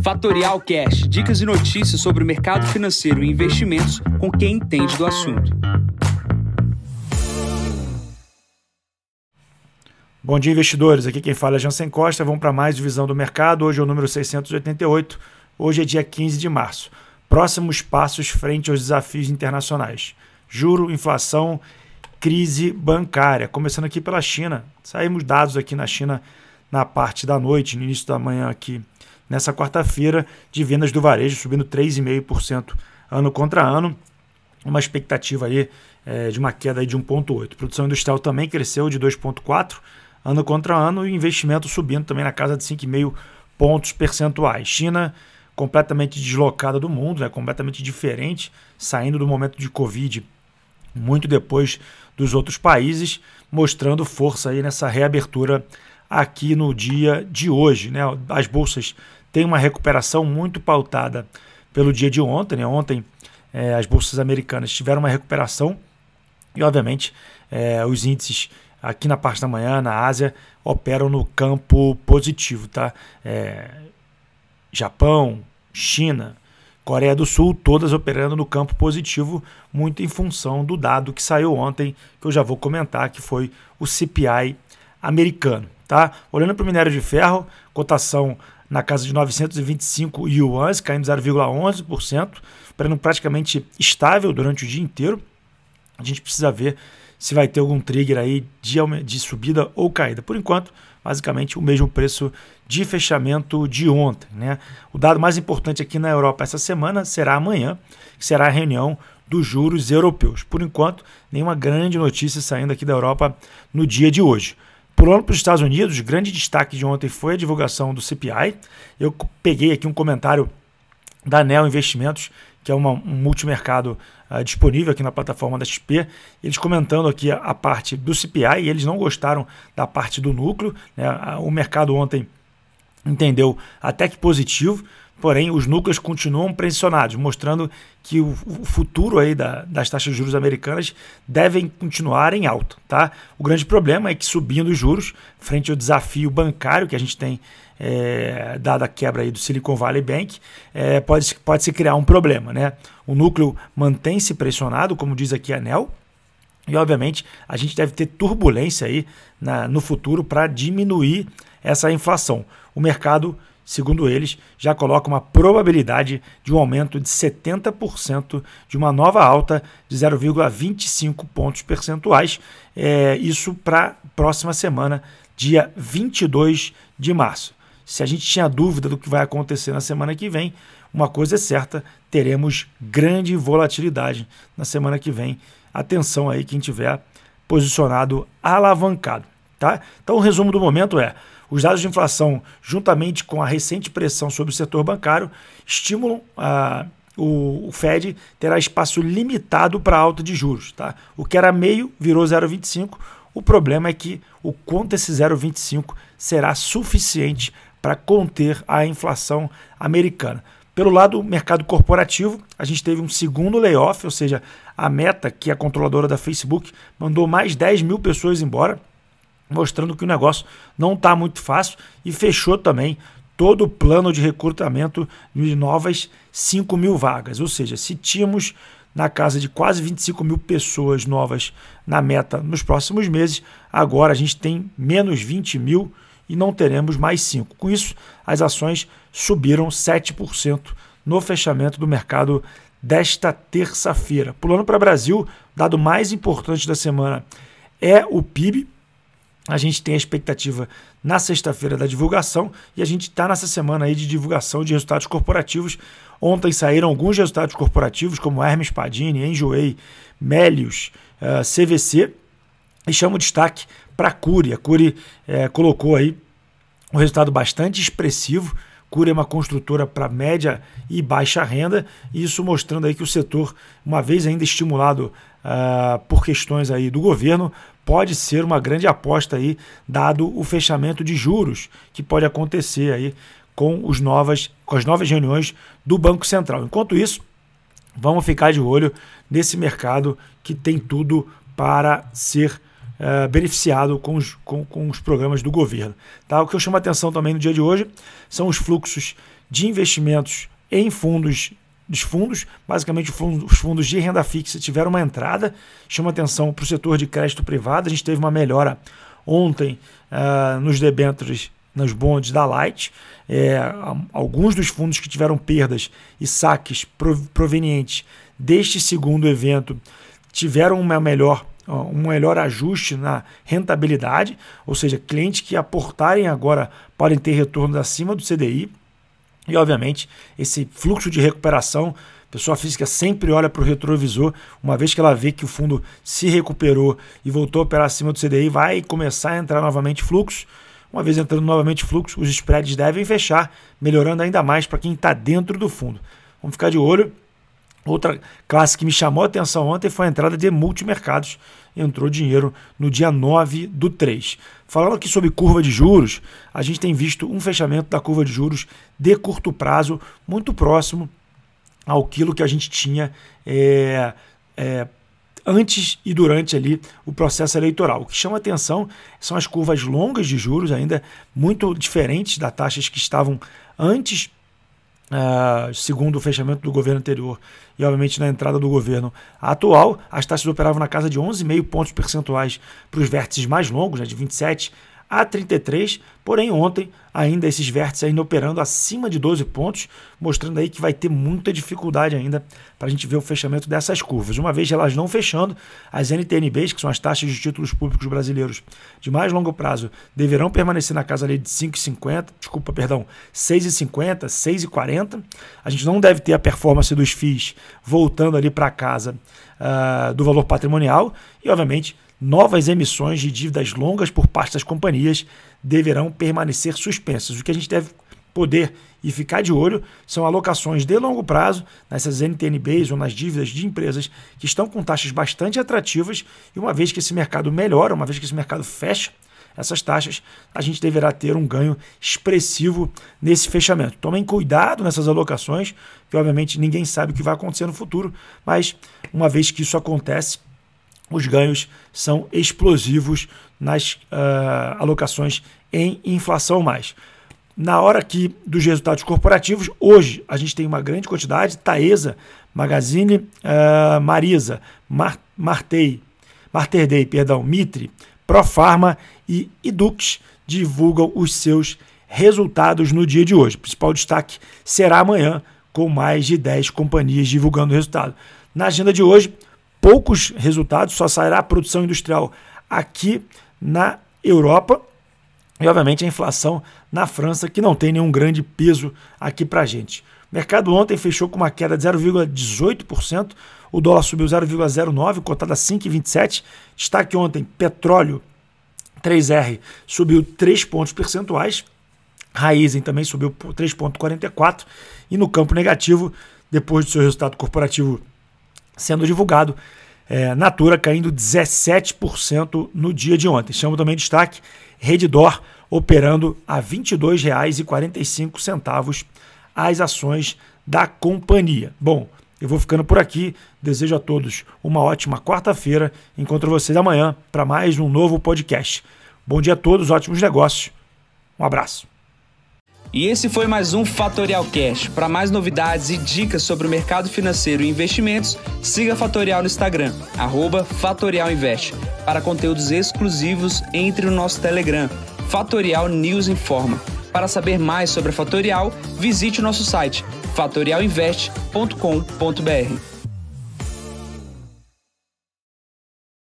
Fatorial Cash, dicas e notícias sobre o mercado financeiro e investimentos com quem entende do assunto. Bom dia, investidores. Aqui quem fala é Jansen Costa. Vamos para mais divisão do mercado. Hoje é o número 688. Hoje é dia 15 de março. Próximos passos frente aos desafios internacionais. Juro, inflação, crise bancária. Começando aqui pela China. Saímos dados aqui na China na parte da noite, no início da manhã aqui, nessa quarta-feira, de vendas do varejo subindo 3,5% ano contra ano. Uma expectativa aí de uma queda aí de 1,8%. Produção industrial também cresceu de 2,4% ano contra ano e investimento subindo também na casa de 5,5 pontos percentuais. China completamente deslocada do mundo, né? Completamente diferente, saindo do momento de Covid muito depois dos outros países, mostrando força aí nessa reabertura aqui no dia de hoje, né? As bolsas têm uma recuperação muito pautada pelo dia de ontem, né? Ontem as bolsas americanas tiveram uma recuperação e, obviamente, os índices aqui na parte da manhã, na Ásia, operam no campo positivo, tá? Japão, China, Coreia do Sul, todas operando no campo positivo, muito em função do dado que saiu ontem, que eu já vou comentar, que foi o CPI americano. Tá? Olhando para o minério de ferro, cotação na casa de 925 yuans, caindo 0,11%, operando praticamente estável durante o dia inteiro. A gente precisa ver se vai ter algum trigger aí de subida ou caída. Por enquanto, basicamente o mesmo preço de fechamento de ontem, né? O dado mais importante aqui na Europa essa semana será amanhã, que será a reunião dos juros europeus. Por enquanto, nenhuma grande notícia saindo aqui da Europa no dia de hoje. Pulando para os Estados Unidos, grande destaque de ontem foi a divulgação do CPI. Eu peguei aqui um comentário da Neo Investimentos, que é um multimercado disponível aqui na plataforma da XP, eles comentando aqui a parte do CPI, e eles não gostaram da parte do núcleo, né? O mercado ontem entendeu até que positivo, porém os núcleos continuam pressionados, mostrando que o futuro aí das taxas de juros americanas devem continuar em alta. Tá? O grande problema é que subindo os juros, frente ao desafio bancário que a gente tem, dada a quebra aí do Silicon Valley Bank, pode-se criar um problema. Né? O núcleo mantém-se pressionado, como diz aqui a Nel, e obviamente a gente deve ter turbulência aí no futuro para diminuir essa inflação. O mercado, segundo eles, já coloca uma probabilidade de um aumento de 70% de uma nova alta de 0,25 pontos percentuais. Isso para a próxima semana, dia 22 de março. Se a gente tinha dúvida do que vai acontecer na semana que vem, uma coisa é certa, teremos grande volatilidade na semana que vem. Atenção aí quem tiver posicionado alavancado. Tá? Então o resumo do momento os dados de inflação, juntamente com a recente pressão sobre o setor bancário, estimulam o Fed terá espaço limitado para alta de juros. Tá? O que era meio virou 0,25. O problema é que o quanto esse 0,25 será suficiente para conter a inflação americana. Pelo lado do mercado corporativo, a gente teve um segundo layoff, ou seja, a Meta, que é a controladora da Facebook, mandou mais 10 mil pessoas embora, mostrando que o negócio não está muito fácil, e fechou também todo o plano de recrutamento de novas 5 mil vagas. Ou seja, se tínhamos na casa de quase 25 mil pessoas novas na Meta nos próximos meses, agora a gente tem menos 20 mil e não teremos mais 5. Com isso, as ações subiram 7% no fechamento do mercado desta terça-feira. Pulando para o Brasil, o dado mais importante da semana é o PIB. A gente tem a expectativa na sexta-feira da divulgação e a gente está nessa semana aí de divulgação de resultados corporativos. Ontem saíram alguns resultados corporativos, como Hermes Padini, Enjoei, Melius, CVC, e chamo destaque para a Cury. A Cury colocou aí um resultado bastante expressivo. Cury é uma construtora para média e baixa renda, e isso mostrando aí que o setor, uma vez ainda estimulado por questões aí do governo, pode ser uma grande aposta aí, dado o fechamento de juros que pode acontecer aí com as novas reuniões do Banco Central. Enquanto isso, vamos ficar de olho nesse mercado que tem tudo para ser beneficiado com os programas do governo. Tá? O que eu chamo a atenção também no dia de hoje são os fluxos de investimentos em fundos, basicamente os fundos de renda fixa tiveram uma entrada, chama atenção para o setor de crédito privado. A gente teve uma melhora ontem nos debêntures, nos bonds da Light. Alguns dos fundos que tiveram perdas e saques provenientes deste segundo evento tiveram um melhor ajuste na rentabilidade, ou seja, clientes que aportarem agora podem ter retornos acima do CDI. E, obviamente, esse fluxo de recuperação, a pessoa física sempre olha para o retrovisor, uma vez que ela vê que o fundo se recuperou e voltou a operar acima do CDI, vai começar a entrar novamente fluxo. Uma vez entrando novamente fluxo, os spreads devem fechar, melhorando ainda mais para quem está dentro do fundo. Vamos ficar de olho. Outra classe que me chamou a atenção ontem foi a entrada de multimercados. Entrou dinheiro no dia 9/3. Falando aqui sobre curva de juros, a gente tem visto um fechamento da curva de juros de curto prazo muito próximo àquilo que a gente tinha antes e durante ali o processo eleitoral. O que chama atenção são as curvas longas de juros, ainda muito diferentes das taxas que estavam antes, segundo o fechamento do governo anterior e, obviamente, na entrada do governo atual. As taxas operavam na casa de 11,5 pontos percentuais para os vértices mais longos, de 27 a 33, porém ontem ainda esses vértices ainda operando acima de 12 pontos, mostrando aí que vai ter muita dificuldade ainda para a gente ver o fechamento dessas curvas. Uma vez elas não fechando, as NTNBs, que são as taxas de títulos públicos brasileiros de mais longo prazo, deverão permanecer na casa ali de 6,50, 6,40. A gente não deve ter a performance dos FIIs voltando ali para casa do valor patrimonial e, obviamente, novas emissões de dívidas longas por parte das companhias deverão permanecer suspensas. O que a gente deve poder e ficar de olho são alocações de longo prazo nessas NTNBs ou nas dívidas de empresas que estão com taxas bastante atrativas, e uma vez que esse mercado melhora, uma vez que esse mercado fecha essas taxas, a gente deverá ter um ganho expressivo nesse fechamento. Tomem cuidado nessas alocações, que obviamente ninguém sabe o que vai acontecer no futuro, mas uma vez que isso acontece, os ganhos são explosivos nas alocações em inflação mais. Na hora aqui dos resultados corporativos, hoje a gente tem uma grande quantidade: Taesa, Magazine Marisa, Mater Dei, Mitre, Profarma e Edux divulgam os seus resultados no dia de hoje. O principal destaque será amanhã, com mais de 10 companhias divulgando o resultado. Na agenda de hoje, poucos resultados, só sairá a produção industrial aqui na Europa e, obviamente, a inflação na França, que não tem nenhum grande peso aqui para a gente. O mercado ontem fechou com uma queda de 0,18%, o dólar subiu 0,09%, cotado a 5,27%. Destaque ontem, petróleo 3R subiu 3 pontos percentuais, Raizen também subiu 3,44%, e no campo negativo, depois do seu resultado corporativo sendo divulgado, Natura caindo 17% no dia de ontem. Chama também destaque Redditor operando a R$ 22,45 as ações da companhia. Bom, eu vou ficando por aqui. Desejo a todos uma ótima quarta-feira. Encontro vocês amanhã para mais um novo podcast. Bom dia a todos, ótimos negócios. Um abraço. E esse foi mais um Fatorial Cash. Para mais novidades e dicas sobre o mercado financeiro e investimentos, siga a Fatorial no Instagram, @FatorialInvest. Para conteúdos exclusivos, entre no nosso Telegram, Fatorial News Informa. Para saber mais sobre a Fatorial, visite o nosso site, fatorialinvest.com.br.